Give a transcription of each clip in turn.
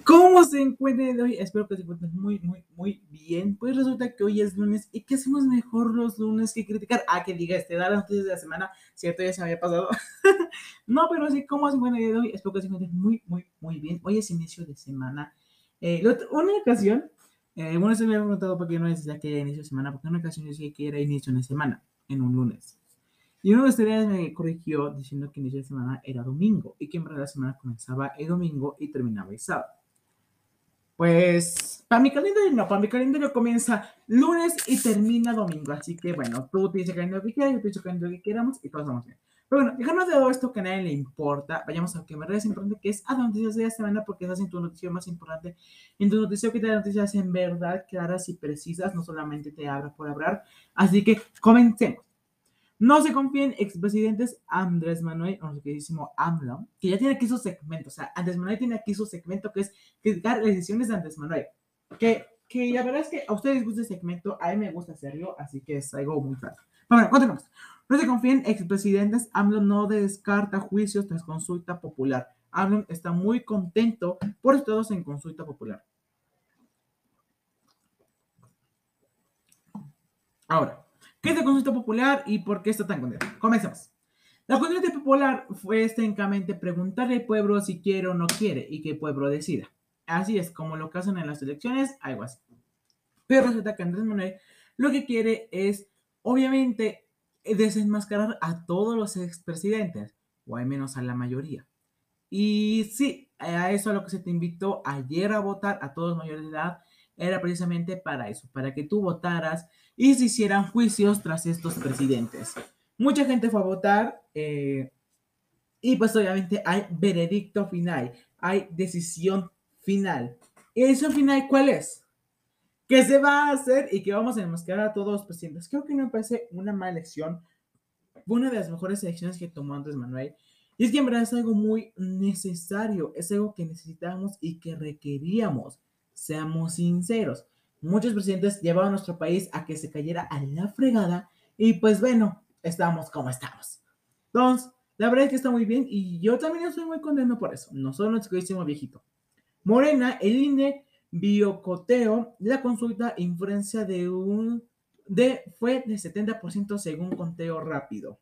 ¿Cómo se encuentran el día de hoy? Espero que se encuentren muy, muy, muy bien. Pues resulta que hoy es lunes y ¿qué hacemos mejor los lunes que criticar? Ah, que diga, dar las noticias de la semana, cierto, ya se me había pasado. No, pero sí, ¿cómo se encuentran el día de hoy? Espero que se encuentren muy, muy, muy bien. Hoy es inicio de semana. Una ocasión, bueno, se me había preguntado por qué no decía que era inicio de semana, porque una ocasión decía que era inicio de semana, en un lunes. Y uno de ustedes me corrigió diciendo que inicio de semana era domingo y que en verdad la semana comenzaba el domingo y terminaba el sábado. Pues para mi calendario no, para mi calendario comienza lunes y termina domingo. Así que bueno, tú tienes el calendario que quieras, yo tienes el calendario que queramos y todos vamos bien. Pero bueno, dejando de todo esto que a nadie le importa, vayamos a lo que me parece importante, que es a las noticias de la semana, porque estás en tu noticiero más importante, en tu noticiero que te da noticias en verdad claras y precisas, no solamente te habla por hablar. Así que comencemos. No se confíen expresidentes Andrés Manuel, o lo que decimos AMLO, que ya tiene aquí su segmento. O sea, Andrés Manuel tiene aquí su segmento que es criticar las decisiones de Andrés Manuel. Que la verdad es que a ustedes les gusta el segmento, a mí me gusta hacerlo, así que es algo muy fácil. Pero bueno, continuamos. No se confíen expresidentes, AMLO no descarta juicios tras consulta popular. AMLO está muy contento por todos en consulta popular. Ahora, ¿qué es la consulta popular y por qué está tan contento? Comencemos. La consulta popular fue técnicamente preguntarle al pueblo si quiere o no quiere y que el pueblo decida. Así es, como lo que hacen en las elecciones, algo así. Pero resulta que Andrés Manuel lo que quiere es, obviamente, desenmascarar a todos los expresidentes, o al menos a la mayoría. Y sí, a eso a lo que se te invitó ayer a votar a todos mayores de edad, era precisamente para eso, para que tú votaras y se hicieran juicios tras estos presidentes. Mucha gente fue a votar y pues obviamente hay veredicto final, hay decisión final. ¿Y la decisión final cuál es? ¿Qué se va a hacer y que vamos a enmascarar a todos los presidentes? Creo que no me parece una mala elección, fue una de las mejores elecciones que tomó Andrés Manuel. Y es que en verdad es algo muy necesario, es algo que necesitamos y que requeríamos. Seamos sinceros. Muchos presidentes llevaron a nuestro país a que se cayera a la fregada y pues bueno, estamos como estamos. Entonces, la verdad es que está muy bien y yo también estoy muy contento por eso. No solo nos queridísimo viejito. Morena, el INE, biocoteo, la consulta influencia fue de 70% según conteo rápido.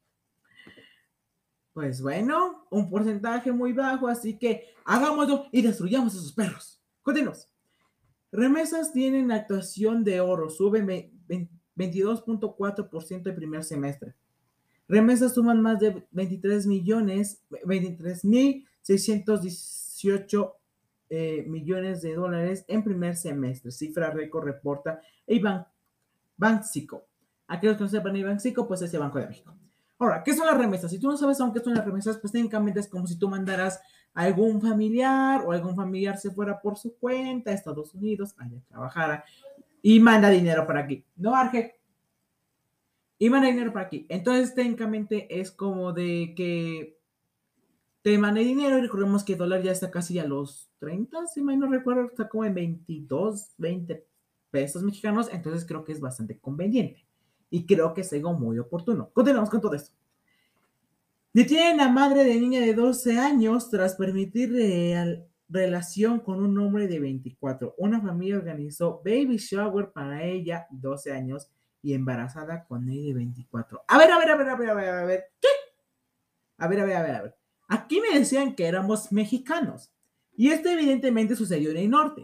Pues bueno, un porcentaje muy bajo, así que hagámoslo y destruyamos a esos perros. Continuamos. Remesas tienen actuación de oro, suben 22.4% el primer semestre. Remesas suman más de 23 millones, 23.618 millones de dólares en primer semestre. Cifra récord reporta el Banxico. Aquellos que no sepan el Banxico, pues es el Banco de México. Ahora, ¿qué son las remesas? Si tú no sabes aún qué son las remesas, pues técnicamente es como si tú mandaras a algún familiar o algún familiar se fuera por su cuenta a Estados Unidos, allá trabajara y manda dinero para aquí. No, Arge, y manda dinero para aquí. Entonces, técnicamente es como de que te mande dinero y recordemos que el dólar ya está casi a los 30, si mal no recuerdo, está como en 22, 20 pesos mexicanos, entonces creo que es bastante conveniente y creo que es algo muy oportuno. Continuamos con todo esto. Detienen a madre de niña de 12 años tras permitir relación con un hombre de 24. Una familia organizó baby shower para ella, 12 años, y embarazada con él de 24. A ver, a ver, a ver, a ver, a ver, a ver. ¿Qué? A ver, a ver, a ver, a ver. Aquí me decían que éramos mexicanos. Y esto evidentemente sucedió en el norte.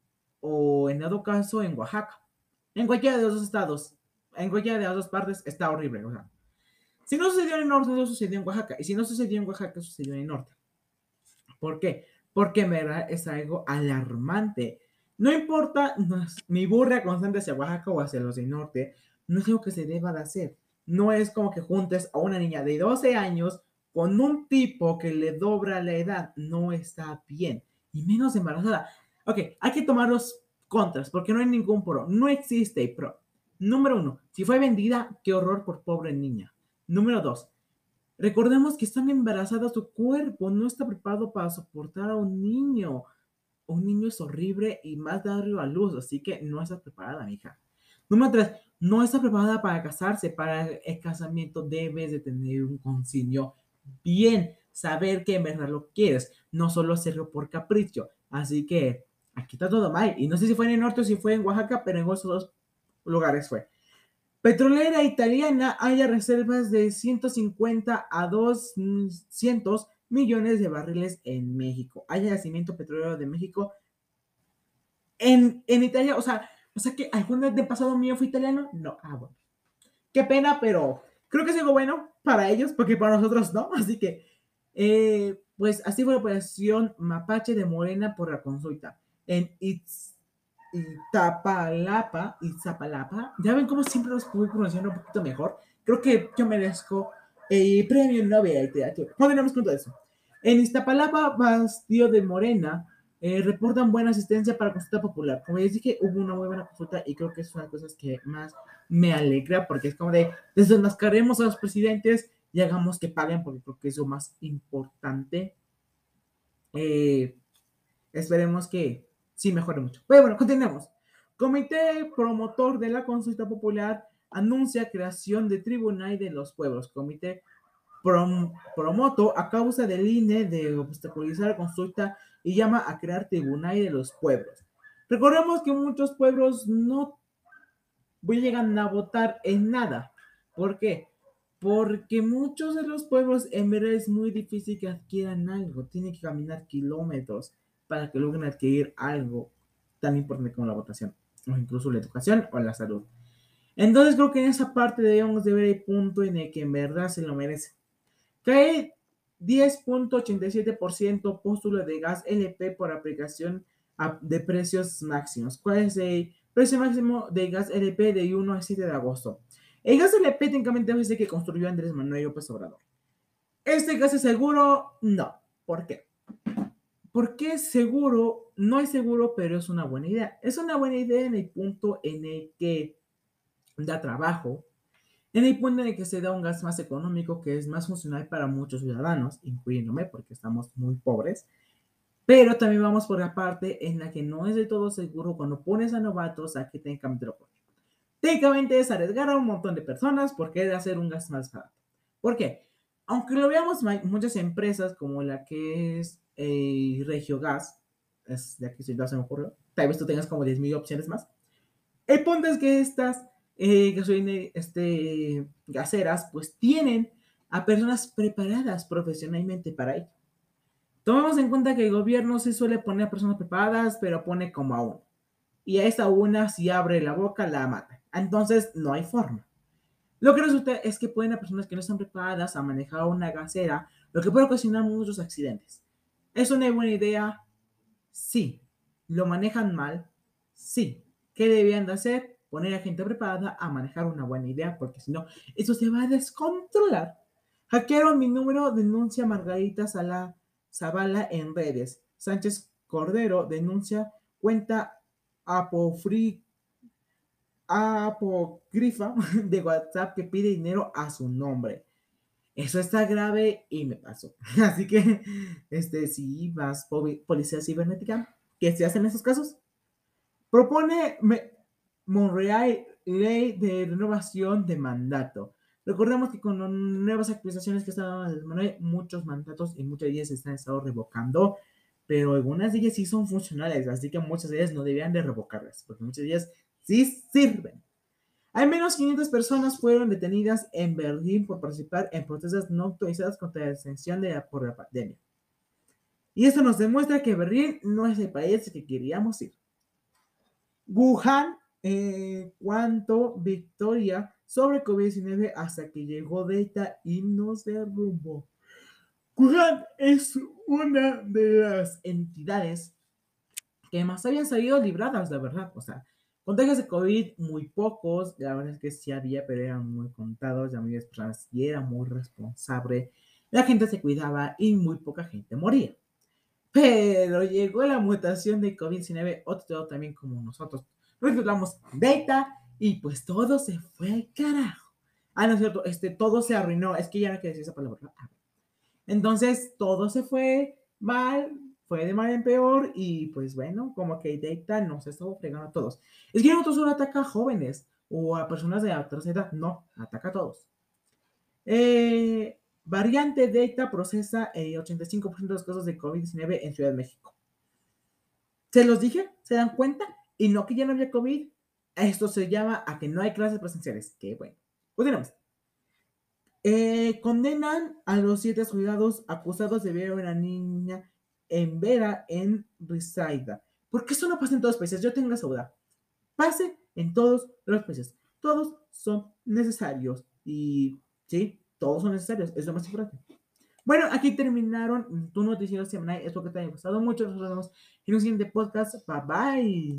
O en dado caso en Oaxaca. En cualquiera de los dos estados. En cualquiera de las dos partes está horrible. O sea, si no sucedió en el norte, no sucedió en Oaxaca. Y si no sucedió en Oaxaca, sucedió en el norte. ¿Por qué? Porque en verdad es algo alarmante. No importa mi burra constante hacia Oaxaca o hacia los del norte, no es algo que se deba de hacer. No es como que juntes a una niña de 12 años con un tipo que le dobra la edad. No está bien. Y menos embarazada. Ok, hay que tomar los contras porque no hay ningún pro. No existe pro. Número uno, si fue vendida, qué horror por pobre niña. Número dos, recordemos que están embarazadas, su cuerpo no está preparado para soportar a un niño. Un niño es horrible y más darlo a luz, así que no está preparada, mija. Número tres, no está preparada para casarse. Para el casamiento debes de tener un concilio bien saber que en verdad lo quieres, no solo hacerlo por capricho. Así que aquí está todo mal. Y no sé si fue en el norte o si fue en Oaxaca, pero en esos dos lugares fue. Petrolera italiana haya reservas de 150 a 200 millones de barriles en México. Haya yacimiento petrolero de México en Italia. O sea que alguna vez de pasado mío fue italiano. No, bueno. Qué pena, pero creo que es algo bueno para ellos, porque para nosotros no. Así que, pues así fue la operación Mapache de Morena por la consulta. En Iztapalapa, ya ven cómo siempre los voy pronunciando un poquito mejor. Creo que yo merezco el premio Nobel de literatura. No tenemos cuenta de eso. En Iztapalapa, Bastío de Morena, reportan buena asistencia para consulta popular. Como les dije, hubo una muy buena consulta y creo que es una de las cosas que más me alegra porque es como de desmascaremos a los presidentes y hagamos que paguen porque creo que es lo más importante. Eh, Esperemos que sí mejore mucho. Pero bueno, continuemos. Comité promotor de la consulta popular anuncia creación de tribunal de los pueblos. Comité promoto a causa del INE de obstaculizar la consulta y llama a crear tribunal de los pueblos. Recordemos que muchos pueblos no llegan a votar en nada. ¿Por qué? Porque muchos de los pueblos en verdad es muy difícil que adquieran algo. Tienen que caminar kilómetros para que logren adquirir algo tan importante como la votación, o incluso la educación o la salud. Entonces creo que en esa parte debemos de ver el punto en el que en verdad se lo merece. Cae 10.87% póstulo de gas LP por aplicación de precios máximos. ¿Cuál es el precio máximo de gas LP de 1 al 7 de agosto? El gas LP técnicamente es el que construyó Andrés Manuel López Obrador. ¿Este gas es seguro? No. ¿Por qué? Porque es seguro, no es seguro, pero es una buena idea. Es una buena idea en el punto en el que da trabajo, en el punto en el que se da un gas más económico, que es más funcional para muchos ciudadanos, incluyéndome, porque estamos muy pobres. Pero también vamos por la parte en la que no es de todo seguro cuando pones a novatos a que tengan que meterlo. Técnicamente es arriesgar a un montón de personas por querer hacer un gas más barato. ¿Por qué? Aunque lo veamos, muchas empresas como la que es Regio Gas, es de aquí si no se me ocurrió, tal vez tú tengas como 10,000 opciones más. El punto es que estas gaseras pues tienen a personas preparadas profesionalmente para ello. Tomemos en cuenta que el gobierno sí suele poner a personas preparadas, pero pone como a uno. Y a esa una, si abre la boca, la mata. Entonces, no hay forma. Lo que resulta es que pueden a personas que no están preparadas a manejar una gasera, lo que puede ocasionar muchos accidentes. ¿Es una buena idea? Sí. ¿Lo manejan mal? Sí. ¿Qué debían de hacer? Poner a gente preparada a manejar una buena idea, porque si no, eso se va a descontrolar. Hackearon mi número, denuncia Margarita Zavala en redes. Sánchez Cordero denuncia cuenta apócrifa de WhatsApp que pide dinero a su nombre. Eso está grave y me pasó. Así que, si vas policía cibernética, ¿qué se hace en esos casos? Propone Monreal ley de renovación de mandato. Recordemos que con nuevas actualizaciones que están dando Manuel, muchos mandatos y muchas de ellas se están estado revocando, pero algunas de ellas sí son funcionales, así que muchas de ellas no deberían de revocarlas, porque muchas de ellas sí sirven. Al menos 500 personas fueron detenidas en Berlín por participar en protestas no autorizadas contra la extensión por la pandemia. Y esto nos demuestra que Berlín no es el país que queríamos ir. Wuhan, cuánto victoria sobre COVID-19 hasta que llegó Delta y nos derrumbó. Wuhan es una de las entidades que más habían salido libradas, la verdad. O sea, contagios de COVID muy pocos, la verdad es que sí había, pero eran muy contados, la mayoría de personas sí era muy responsable, la gente se cuidaba y muy poca gente moría. Pero llegó la mutación de COVID-19, otro también como nosotros. Reclutamos Delta y pues todo se fue al carajo. Ah, no es cierto, todo se arruinó. Es que ya no hay que decir esa palabra. Entonces, todo se fue mal, fue de mal en peor y pues bueno, como que Delta nos estuvo fregando a todos. Es que no solo ataca a jóvenes o a personas de la tercera edad, no, ataca a todos. Variante Delta procesa 85% de los casos de COVID-19 en Ciudad de México. Se los dije, ¿se dan cuenta? Y no que ya no había COVID. Esto se llama a que no hay clases presenciales. Qué bueno. Continuamos. Condenan a los 7 cuidados acusados de ver a una niña en Vera en Risaida. Porque eso no pasa en todos los países. Yo tengo la duda. Pase en todos los países. Todos son necesarios. Y sí, todos son necesarios. Es lo más importante. Bueno, aquí terminaron tu noticiero semanal. Espero que te haya gustado mucho. Nos vemos en un siguiente podcast. Bye bye.